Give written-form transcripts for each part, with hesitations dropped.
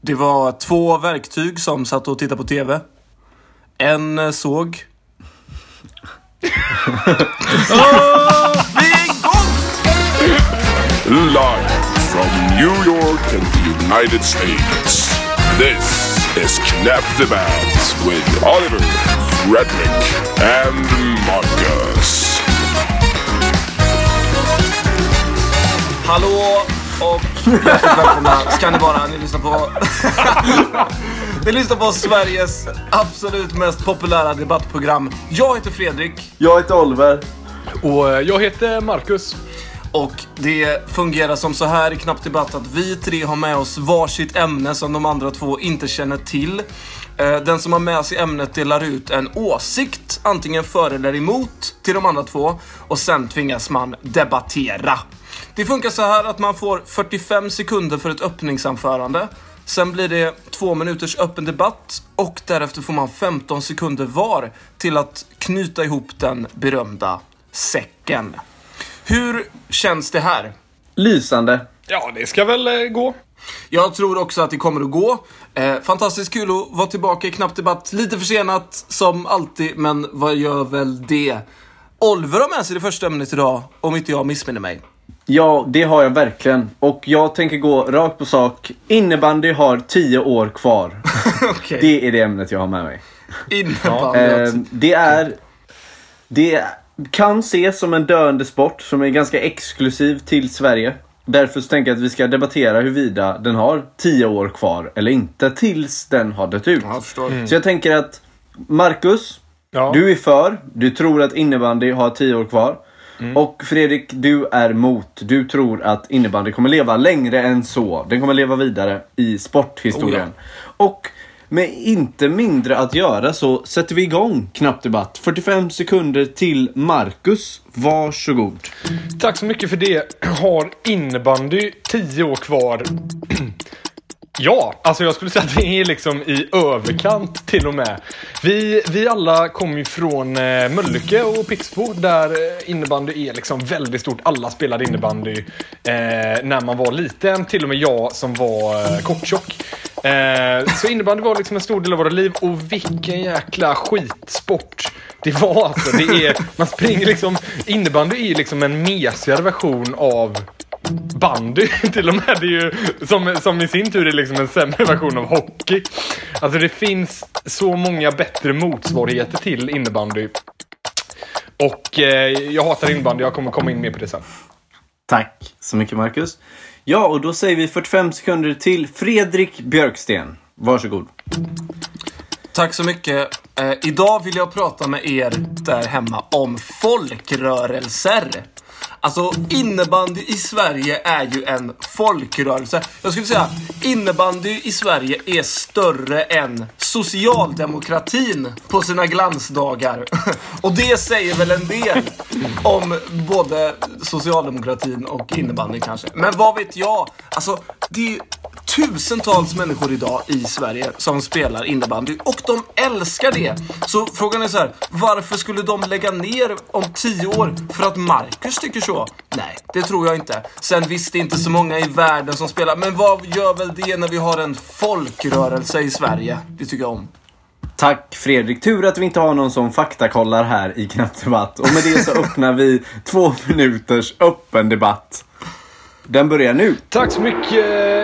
Det var 2 verktyg som satt och tittade på tv. En såg. Vi är igång! Live from New York and the United States. This is Knäpp Debatt with Oliver, Fredrik and Marcus. Hallå och hjärtligt välkomna ska ni vara. Ni lyssnar på Ni lyssnar på Sveriges absolut mest populära debattprogram. Jag heter Fredrik. Jag heter Oliver. Och jag heter Marcus. Och det fungerar som så här i Knäpp Debatt att vi 3 har med oss varsitt ämne som de andra 2 inte känner till. Den som har med sig ämnet delar ut en åsikt, antingen för eller emot, till de andra 2. Och sen tvingas man debattera. Det funkar så här att man får 45 sekunder för ett öppningsanförande. Sen blir det 2 minuters öppen debatt. Och därefter får man 15 sekunder var till att knyta ihop den berömda säcken. Hur känns det här? Lysande. Ja, det ska väl gå. Jag tror också att det kommer att gå. Fantastiskt kul att vara tillbaka i Knäpp Debatt. Lite försenat som alltid, men vad gör väl det? Oliver har med sig det första ämnet idag, om inte jag missminner mig. Ja, det har jag verkligen. Och jag tänker gå rakt på sak. Innebandy har 10 år kvar. Okay. Det är det ämnet jag har med mig. Innebandy. Det kan ses som en döende sport som är ganska exklusiv till Sverige. Därför så tänker jag att vi ska debattera huruvida den har 10 år kvar eller inte tills den har dött ut. Jag förstår. Så jag tänker att Marcus, du är för. Du tror att innebandy har 10 år kvar. Och Fredrik, du är mot. Du tror att innebandy kommer leva längre än så. Den kommer leva vidare i sporthistorien. Och med inte mindre att göra så sätter vi igång Knäpp Debatt. 45 sekunder till Marcus. Varsågod. Tack så mycket för det. Har innebandy 10 år kvar? Ja, alltså jag skulle säga att det är liksom i överkant till och med. Vi alla kommer ju från Mölnlycke och Pixbo, där innebandy är liksom väldigt stort. Alla spelade innebandy när man var liten, till och med jag som var korttjock. Så innebandy var liksom en stor del av våra liv. Och vilken jäkla skitsport det var alltså. Man springer liksom, innebandy är liksom en mesigare version av bandy till och med. Det är ju som i sin tur är liksom en sämre version av hockey. Alltså det finns så många bättre motsvarigheter till innebandy. Och jag hatar innebandy. Jag kommer komma in mer på det sen. Tack så mycket Marcus. Ja, och då säger vi 45 sekunder till Fredrik Björksten. Varsågod. Tack så mycket. Idag vill jag prata med er där hemma om folkrörelser. Alltså innebandy i Sverige är ju en folkrörelse. Jag skulle säga innebandy i Sverige är större än socialdemokratin på sina glansdagar. Och det säger väl en del om både socialdemokratin och innebandy kanske. Men vad vet jag? Alltså det är tusentals människor idag i Sverige som spelar innebandy och de älskar det. Så frågan är så här, varför skulle de lägga ner om 10 år för att Marcus tycker så? Nej, det tror jag inte. Sen visst det är inte så många i världen som spelar, men vad gör väl det när vi har en folkrörelse i Sverige? Det tycker jag om. Tack Fredrik, tur att vi inte har någon som faktakollar här i Knäpp Debatt. Och med det så öppnar vi 2 minuters öppen debatt. Den börjar nu. Tack så mycket.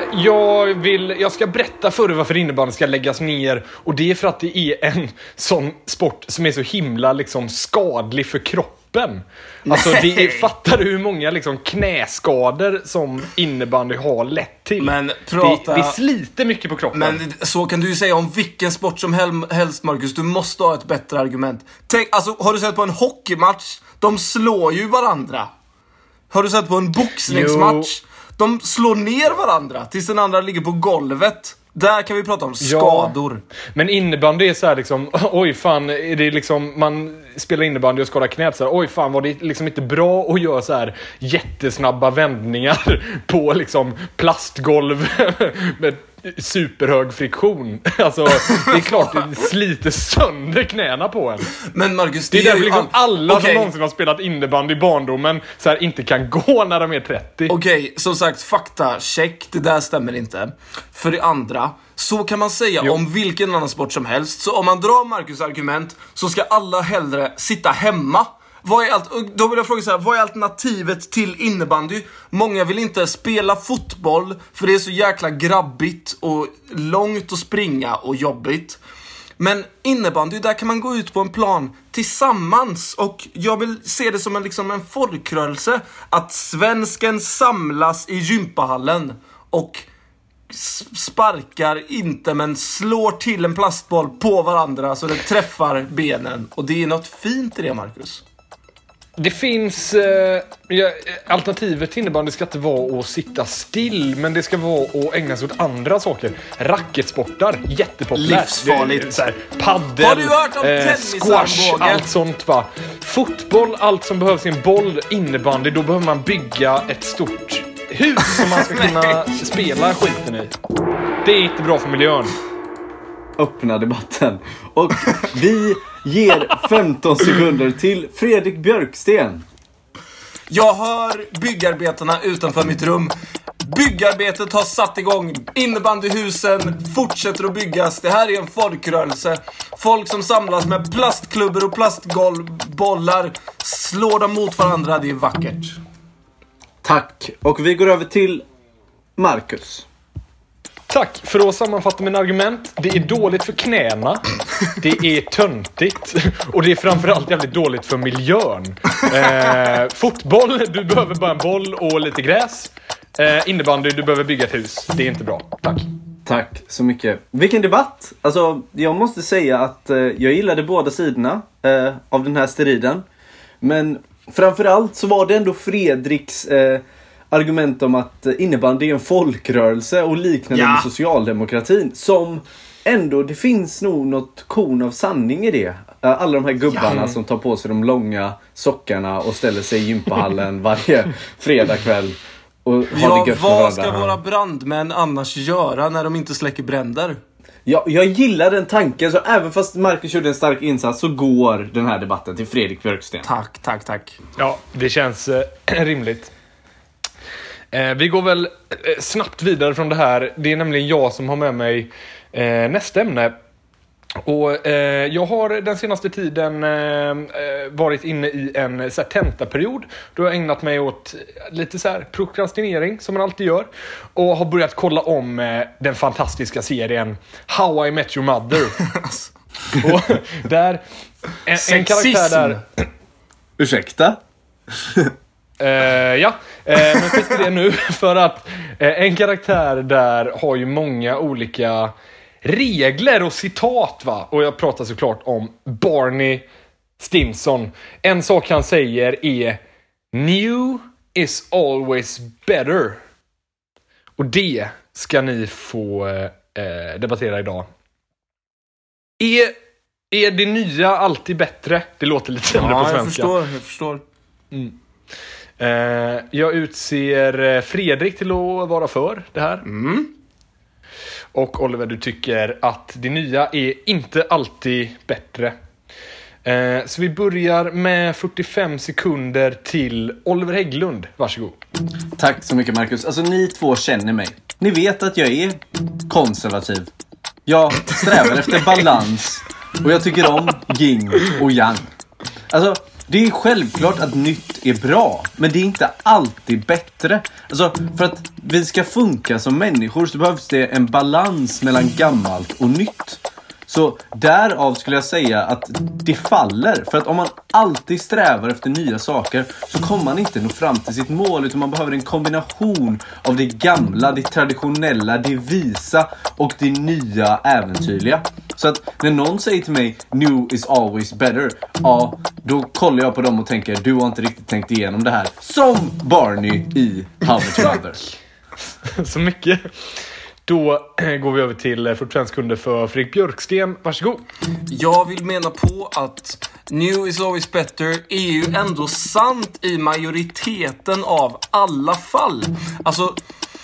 Jag ska berätta för dig varför innebandy ska läggas ner. Och det är för att det är en sån sport som är så himla liksom skadlig för kroppen. Alltså fattar du hur många liksom knäskador som innebandy har lett till? Men det sliter mycket på kroppen. Men så kan du ju säga om vilken sport som helst, Marcus. Du måste ha ett bättre argument. Tänk, alltså, har du sett på en hockeymatch? De slår ju varandra. Har du sett på en boxningsmatch? De slår ner varandra tills den andra ligger på golvet. Där kan vi prata om skador. Ja, men innebandy är så här liksom, oj fan, är det liksom, man spelar innebandy och skadar knät så här, oj fan, var det liksom inte bra att göra så här jättesnabba vändningar på liksom plastgolv med superhög friktion. Alltså, det är klart det sliter sönder knäna på en. Men Marcus, det är därför liksom alla okay. som någonsin har spelat innebandy i barndomen så här, inte kan gå när de är 30. Okej, som sagt, fakta, check. Det där stämmer inte. För det andra, så kan man säga om vilken annan sport som helst. Så om man drar Marcus argument så ska alla hellre sitta hemma. Då vill jag fråga så här, vad är alternativet till innebandy? Många vill inte spela fotboll för det är så jäkla grabbigt och långt att springa och jobbigt. Men innebandy, där kan man gå ut på en plan tillsammans. Och jag vill se det som en folkrörelse. Att svensken samlas i gympahallen och sparkar inte, men slår till en plastboll på varandra så det träffar benen. Och det är något fint i det, Marcus. Det finns alternativet till innebandy ska inte vara att sitta still, men det ska vara att ägna sig åt andra saker. Racketsportar, jättepopulärt. Livsfarligt. Paddel, har du hört om squash, allt sånt va. Fotboll, allt som behövs i en boll. Innebandy, då behöver man bygga ett stort hus som man ska kunna spela skiten i. Det är inte bra för miljön. Öppna debatten. Och vi ger 15 sekunder till Fredrik Björksten. Jag hör byggarbetarna utanför mitt rum. Byggarbetet har satt igång. Innebandyhusen fortsätter att byggas. Det här är en folkrörelse. Folk som samlas med plastklubbor och plastbollar, slår dem mot varandra. Det är vackert. Tack. Och vi går över till Marcus. Tack, för att sammanfatta mina argument. Det är dåligt för knäna. Det är töntigt. Och det är framförallt jävligt dåligt för miljön. Fotboll, du behöver bara en boll och lite gräs. Innebandy, du behöver bygga ett hus. Det är inte bra. Tack. Tack så mycket. Vilken debatt. Alltså, jag måste säga att jag gillade båda sidorna av den här striden. Men framförallt så var det ändå Fredriks argument om att innebandy är en folkrörelse och liknande med socialdemokratin, som ändå, det finns nog något korn av sanning i det. Alla de här gubbarna som tar på sig de långa sockarna och ställer sig i gympahallen varje fredagkväll och har det gött med varandra. Vad ska våra brandmän annars göra när de inte släcker bränder? Ja, jag gillar den tanken, så även fast Marcus gjorde en stark insats så går den här debatten till Fredrik Björksten. Tack. Ja, det känns rimligt. Vi går väl snabbt vidare från det här. Det är nämligen jag som har med mig nästa ämne. Och jag har den senaste tiden varit inne i en så här tentaperiod. Då har jag ägnat mig åt lite så här prokrastinering som man alltid gör. Och har börjat kolla om den fantastiska serien How I Met Your Mother. Och där en karaktär där... Ursäkta? Ja, men skit i det nu, för att en karaktär där har ju många olika regler och citat va. Och jag pratar såklart om Barney Stinson. En sak han säger är "New is always better". Och det ska ni få debattera idag. Är det nya alltid bättre? Det låter lite sämre på svenska. Jag förstår. Jag utser Fredrik till att vara för det här. Och Oliver, du tycker att det nya är inte alltid bättre. Så vi börjar med 45 sekunder till Oliver Hägglund. Varsågod. Tack så mycket, Marcus. Alltså, ni två känner mig. Ni vet att jag är konservativ. Jag strävar efter balans. Och jag tycker om yin och yang. Alltså, det är självklart att nytt är bra, men det är inte alltid bättre. Alltså, för att vi ska funka som människor så behövs det en balans mellan gammalt och nytt. Så därav skulle jag säga att det faller. För att om man alltid strävar efter nya saker så kommer man inte nå fram till sitt mål. Utan man behöver en kombination av det gamla, det traditionella, det visa och det nya äventyrliga. Så att när någon säger till mig "New is always better", ja, då kollar jag på dem och tänker "Du har inte riktigt tänkt igenom det här". Som Barney i How I Met Your Mother. Så mycket. Då går vi över till 45 sekunder för Fredrik Björksten. Varsågod. Jag vill mena på att "New is always better" är ju ändå sant i majoriteten av alla fall. Alltså,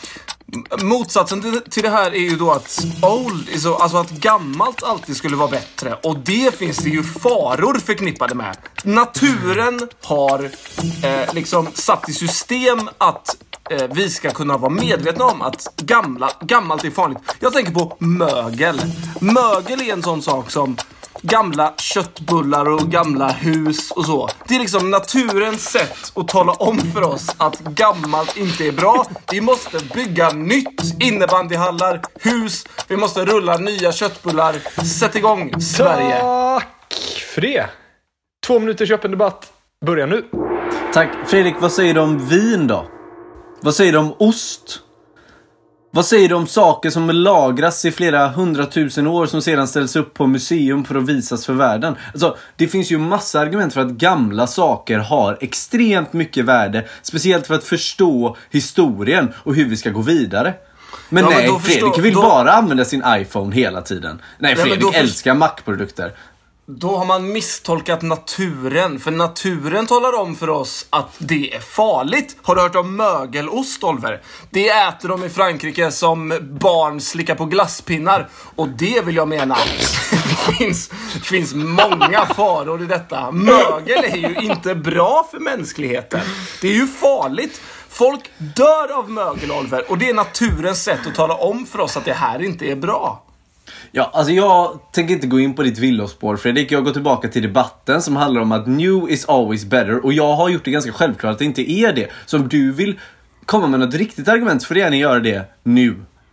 Motsatsen till det här är ju då att old, alltså att gammalt alltid skulle vara bättre. Och det finns det ju faror förknippade med. Naturen har liksom satt i system att vi ska kunna vara medvetna om att gammalt är farligt. Jag tänker på mögel. Mögel är en sån sak som gamla köttbullar och gamla hus och så. Det är liksom naturens sätt att tala om för oss att gammalt inte är bra. Vi måste bygga nytt, innebandyhallar, hus. Vi måste rulla nya köttbullar. Sätt igång, Sverige. Tack för det. 2 minuters öppen debatt. Börja nu. Tack. Fredrik, vad säger du om vin då? Vad säger du om ost? Vad säger du om saker som lagras i flera 100 000 år som sedan ställs upp på museum för att visas för världen? Alltså, det finns ju massa argument för att gamla saker har extremt mycket värde. Speciellt för att förstå historien och hur vi ska gå vidare. Men ja, nej, Fredrik vill bara använda sin iPhone hela tiden. Nej, Fredrik älskar Mac-produkter. Då har man misstolkat naturen. För naturen talar om för oss att det är farligt. Har du hört om mögelost, Oliver? Det äter de i Frankrike som barn slickar på glasspinnar. Och det vill jag mena. Det finns många faror i detta. Mögel är ju inte bra för mänskligheten. Det är ju farligt. Folk dör av mögel, Oliver. Och det är naturens sätt att tala om för oss att det här inte är bra. Ja, alltså jag tänker inte gå in på ditt villospår, Fredrik. Jag går tillbaka till debatten som handlar om att new is always better. Och jag har gjort det ganska självklart att det inte är det. Så om du vill komma med något riktigt argument så får du gärna göra det nu.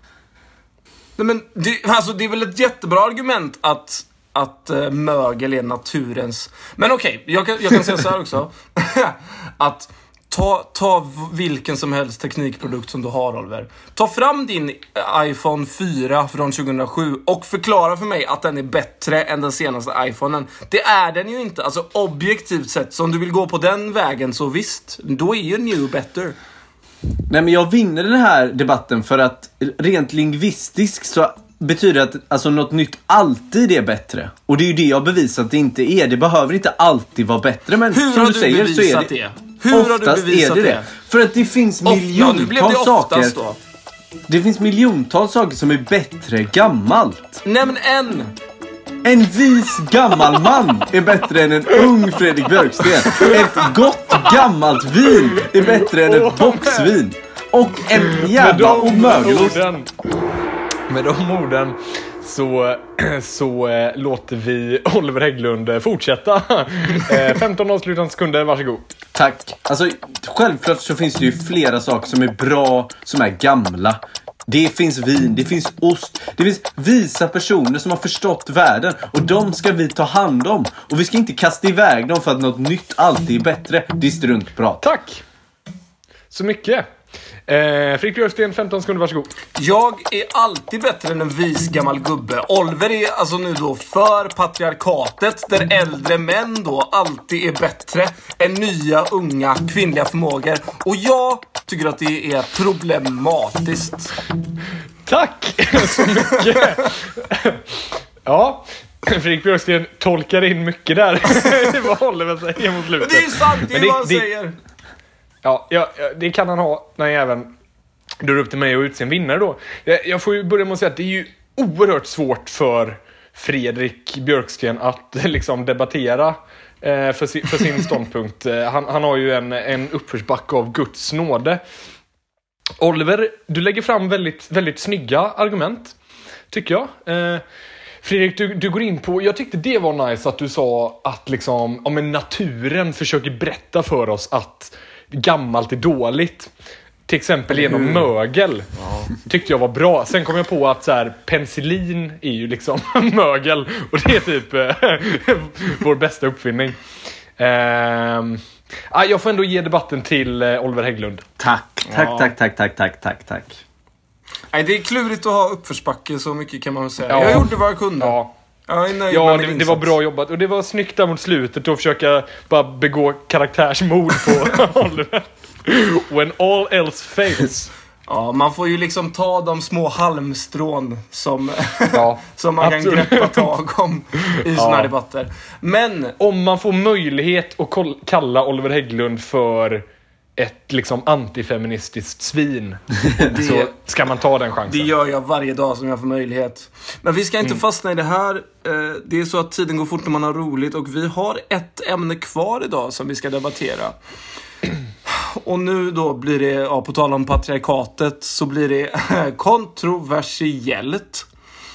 Nej, men det är väl ett jättebra argument att mögel är naturens... Men okej, jag kan säga så här också. Att ta vilken som helst teknikprodukt som du har, Oliver. Ta fram din iPhone 4 från 2007 och förklara för mig att den är bättre än den senaste iPhonen. Det är den ju inte. Alltså objektivt sett, så om du vill gå på den vägen så visst, då är ju new better. Nej, men jag vinner den här debatten för att rent lingvistiskt så betyder att alltså, något nytt alltid är bättre. Och det är ju det jag bevisat att det inte är. Det behöver inte alltid vara bättre. Men hur som har du säger bevisat så är det. Hur har du bevisat det? För att det finns miljontals saker. Då. Det finns miljontals saker som är bättre gammalt. Nämn en vis gammal man är bättre än en ung Fredrik Björksten. Ett gott gammalt vin är bättre än ett boxvin. Och en jävla omögelost. Med de orden så låter vi Oliver Hägglund fortsätta. 15 avslutande sekunder, varsågod. Tack. Alltså, självklart så finns det ju flera saker som är bra, som är gamla. Det finns vin, det finns ost, det finns visa personer som har förstått världen. Och de ska vi ta hand om. Och vi ska inte kasta iväg dem för att något nytt alltid är bättre. Det är struntprat. Tack så mycket. Fredrik Björksten, 15 sekunder, varsågod. Jag är alltid bättre än en vis gammal gubbe. Oliver är alltså nu då för patriarkatet, där äldre män då alltid är bättre än nya, unga, kvinnliga förmågor. Och jag tycker att det är problematiskt. Tack så mycket. Ja, Fredrik Björksten tolkar in mycket där. Vad Oliver säger mot slutet. Men det är ju sant, det är vad han säger. Ja, det kan han ha när jag även drar upp till mig och utse en vinnare då. Jag får ju börja med att säga att det är ju oerhört svårt för Fredrik Björksten att liksom debattera för sin ståndpunkt. Han har ju en uppförsbacke av Guds nåde. Oliver, du lägger fram väldigt, väldigt snygga argument, tycker jag. Fredrik, du går in på... Jag tyckte det var nice att du sa att liksom, om naturen försöker berätta för oss att gammalt är dåligt. Till exempel genom mögel. Ja. Tyckte jag var bra. Sen kom jag på att så här, penicillin är ju liksom mögel. Och det är typ vår bästa uppfinning. Jag får ändå ge debatten till Oliver Hägglund. Tack. Nej, det är klurigt att ha uppförsbacke, så mycket kan man väl säga. Ja. Jag gjorde vad jag kunde. Det var bra jobbat. Och det var snyggt där mot slutet att försöka bara begå karaktärsmord på Oliver. When all else fails. Ja, man får ju liksom ta de små halmstrån som man kan greppa tag om i såna här debatter. Men om man får möjlighet att kalla Oliver Hägglund för ett liksom antifeministiskt svin. Så ska man ta den chansen. Det gör jag varje dag som jag får möjlighet. Men vi ska inte fastna i det här. Det är så att tiden går fort när man har roligt. Och vi har ett ämne kvar idag som vi ska debattera. Och nu då blir det, på tal om patriarkatet, så blir det kontroversiellt.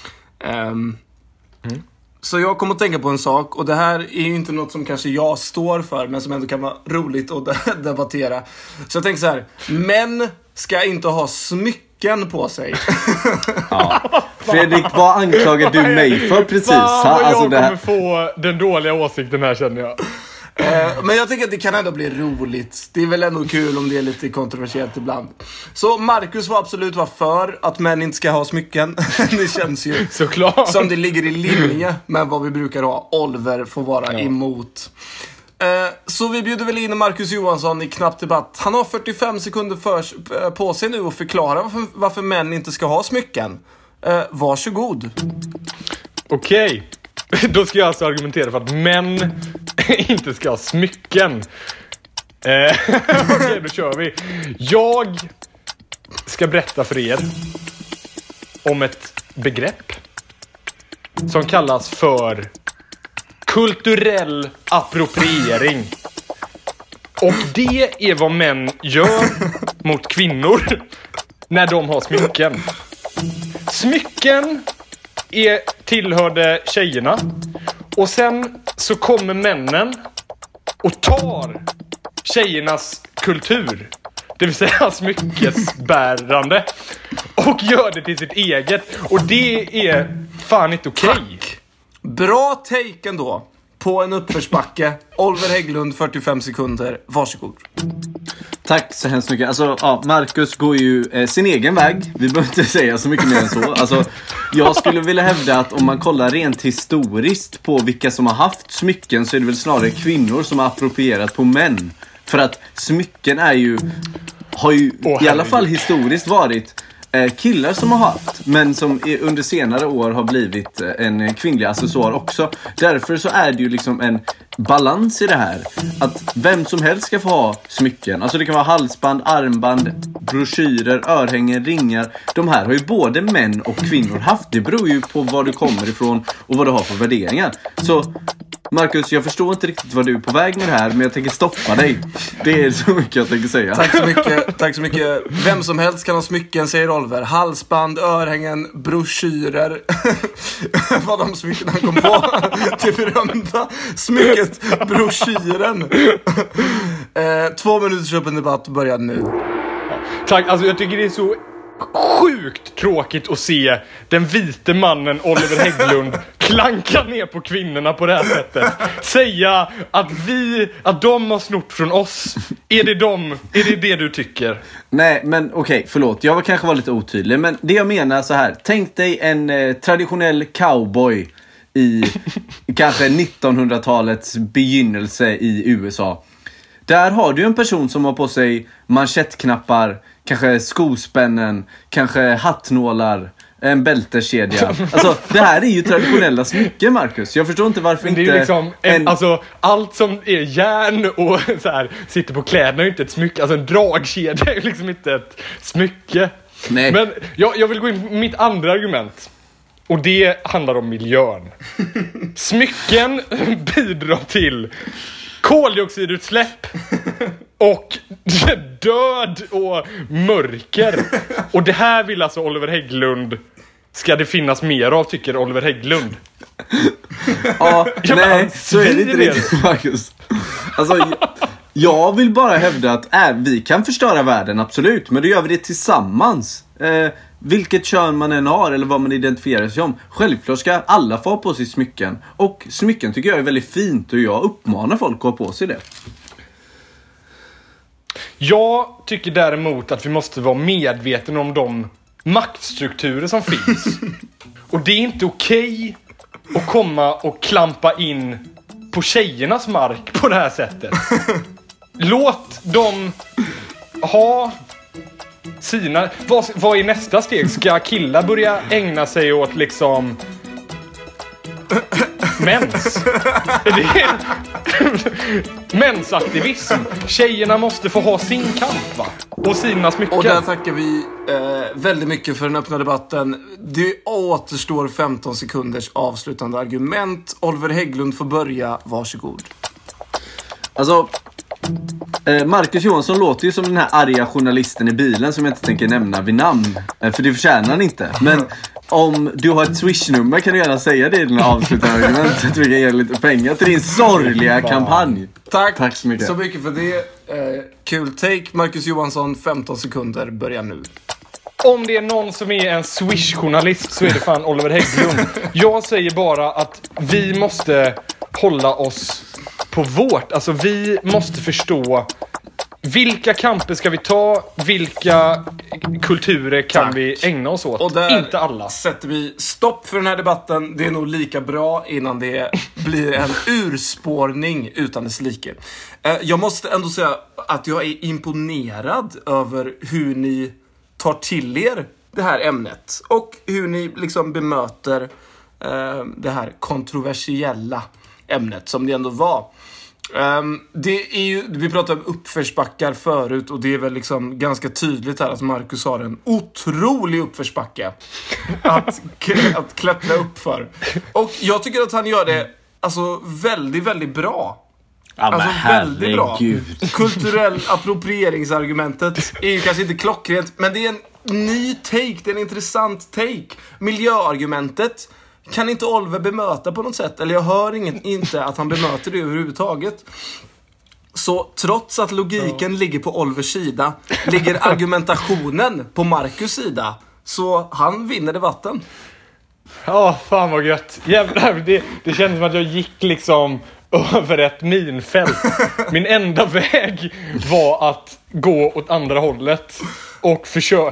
Så jag kommer att tänka på en sak. Och det här är ju inte något som kanske jag står för, men som ändå kan vara roligt att debattera. Så jag tänker så här: män ska inte ha smycken på sig. Ja. Fredrik, vad anklagar du mig för precis? Jag kommer få den dåliga åsikten här, känner jag. Men jag tycker att det kan ändå bli roligt. Det är väl ändå kul om det är lite kontroversiellt ibland. Så Marcus var absolut för att män inte ska ha smycken. Det känns ju såklart som det ligger i linje med vad vi brukar ha. Oliver får vara emot. Så vi bjuder väl in Marcus Johansson i knapp debatt. Han har 45 sekunder på sig nu att förklara varför män inte ska ha smycken. Varsågod. Okej. Då ska jag alltså argumentera för att män inte ska ha smycken. Okej, då kör vi. Jag ska berätta för er om ett begrepp som kallas för kulturell appropriering. Och det är vad män gör mot kvinnor när de har smycken. Smycken tillhörde tjejerna. Och sen så kommer männen och tar tjejernas kultur, det vill säga smyckesbärande, och gör det till sitt eget. Och det är fan inte okej. Tack. Bra take ändå. På en uppförsbacke. Oliver Hägglund, 45 sekunder. Varsågod. Tack så hemskt mycket. Alltså, Marcus går ju sin egen väg. Vi behöver inte säga så mycket mer än så. Alltså, jag skulle vilja hävda att om man kollar rent historiskt på vilka som har haft smycken, så är det väl snarare kvinnor som har approprierat på män. För att smycken har ju i alla fall historiskt varit killar som har haft, men som under senare år har blivit en kvinnlig accessoar också. Därför så är det ju liksom en balans i det här, att vem som helst ska få ha smycken. Alltså det kan vara halsband, armband, broschyrer, örhängen, ringar. De här har ju både män och kvinnor haft. Det beror ju på var du kommer ifrån och vad du har för värderingar. Så Marcus, jag förstår inte riktigt vad du är på väg med det här, men jag tänker stoppa dig. Det är så mycket jag tänker säga. Tack så mycket. Vem som helst kan ha smycken, säger Oliver. Halsband, örhängen, broschyrer. Vad de smycken han kom på. Till berömda smycket, broschyren. 2 minuters öppen debatt börjar nu. Tack, alltså jag tycker det är så sjukt tråkigt att se den vite mannen Oliver Hägglund klanka ner på kvinnorna på det här sättet. Säga att de har snott från oss. Är det du tycker? Nej, men okej, förlåt. Jag kanske var lite otydlig, men det jag menar så här. Tänk dig en traditionell cowboy i kanske 1900-talets begynnelse i USA. Där har du en person som har på sig manschettknappar, kanske skospännen, kanske hattnålar, en bältekedja. Alltså, det här är ju traditionella smycken, Marcus. Jag förstår inte varför inte... Det är liksom alltså, allt som är järn och så här, sitter på kläderna är inte ett smycke. Alltså en dragkedja är liksom inte ett smycke. Nej. Men jag vill gå in på mitt andra argument. Och det handlar om miljön. Smycken bidrar till koldioxidutsläpp och död och mörker. Och det här vill alltså Oliver Hägglund, ska det finnas mer av, tycker Oliver Hägglund. Ja, nej, så är det inte riktigt, Marcus. Alltså, jag vill bara hävda att vi kan förstöra världen, absolut. Men då gör vi det tillsammans. Vilket kön man än har eller vad man identifierar sig som. Självklart ska alla få på sig smycken. Och smycken tycker jag är väldigt fint, och jag uppmanar folk att ha på sig det. Jag tycker däremot att vi måste vara medvetna om de maktstrukturer som finns. Och det är inte okej att komma och klampa in på tjejernas mark på det här sättet. Låt dem ha sina... Vad är nästa steg? Ska killar börja ägna sig åt liksom... mens? Mensaktivism. Tjejerna måste få ha sin kamp, va? Och sina smycken. Och där tackar vi väldigt mycket för den öppna debatten. Det återstår 15 sekunders avslutande argument. Oliver Hägglund får börja. Varsågod. Alltså, Marcus Johansson låter ju som den här arga journalisten i bilen som jag inte tänker nämna vid namn. För det förtjänar han inte. Men om du har ett Swish-nummer kan du gärna säga det i dina avslutande argument så att vi kan ge lite pengar till din sorgliga kampanj. Tack så mycket för det. Kul take. Marcus Johansson, 15 sekunder. Börja nu. Om det är någon som är en Swish-journalist så är det fan Oliver Hägglund. Jag säger bara att vi måste hålla oss på vårt. Alltså vi måste förstå vilka kamper ska vi ta, vilka kulturer kan vi ägna oss åt. Och där inte alla. Sätter vi stopp för den här debatten. Det är nog lika bra innan det blir en urspårning utan dess like. Jag måste ändå säga att jag är imponerad över hur ni tar till er det här ämnet och hur ni liksom bemöter det här kontroversiella ämnet som det ändå var. Det är ju, vi pratade om uppförsbackar förut och det är väl liksom ganska tydligt här att Marcus har en otrolig uppförsbacke att klättra upp för. Och jag tycker att han gör det alltså väldigt, väldigt bra. Alltså väldigt bra. Kulturell approprieringsargumentet är ju kanske inte klockrent, men det är en ny take, det är en intressant take. Miljöargumentet kan inte Oliver bemöta på något sätt, eller jag hör inte att han bemöter det överhuvudtaget. Så trots att logiken ligger på Olivers sida, ligger argumentationen på Marcus sida. Så han vinner debatten. Ja, fan vad gött. Jävlar, det kändes som att jag gick liksom över ett minfält. Min enda väg var att gå åt andra hållet och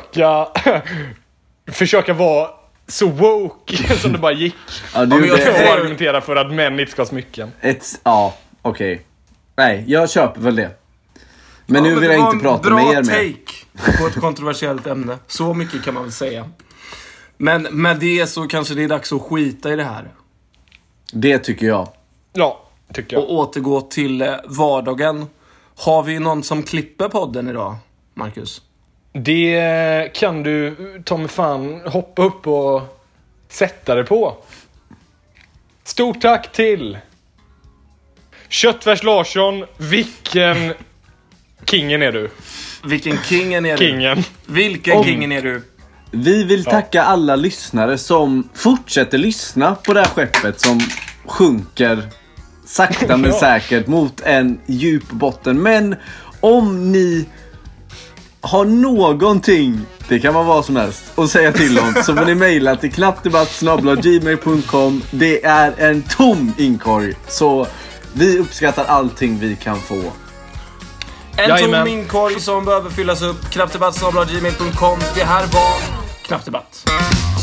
försöka vara så woke som det bara gick. Ja, jag argumenterar för att män inte ska ha smycken. Okej. Nej, jag köper väl det. Men nu vill jag inte prata med er med. Bra take på ett kontroversiellt ämne. Så mycket kan man väl säga. Men med det så kanske det är dags att skita i det här. Det tycker jag. Ja, tycker jag. Och återgå till vardagen. Har vi någon som klipper podden idag, Marcus? Det kan du ta med fan hoppa upp och sätta det på. Stort tack till Köttfärs Larsson. Vilken kingen är du? Vilken kingen är du? Kingen. Vilken kingen är du? Vi vill tacka alla lyssnare som fortsätter lyssna på det här skeppet som sjunker sakta men säkert mot en djup botten. Men om ni har någonting, det kan vara vad som helst, att säga till om, så får ni mejla till knappdebatt@gmail.com. Det är en tom inkorg, så vi uppskattar allting vi kan få. En tom inkorg som behöver fyllas upp. Knappdebatt@gmail.com. Det här var Knappdebatt.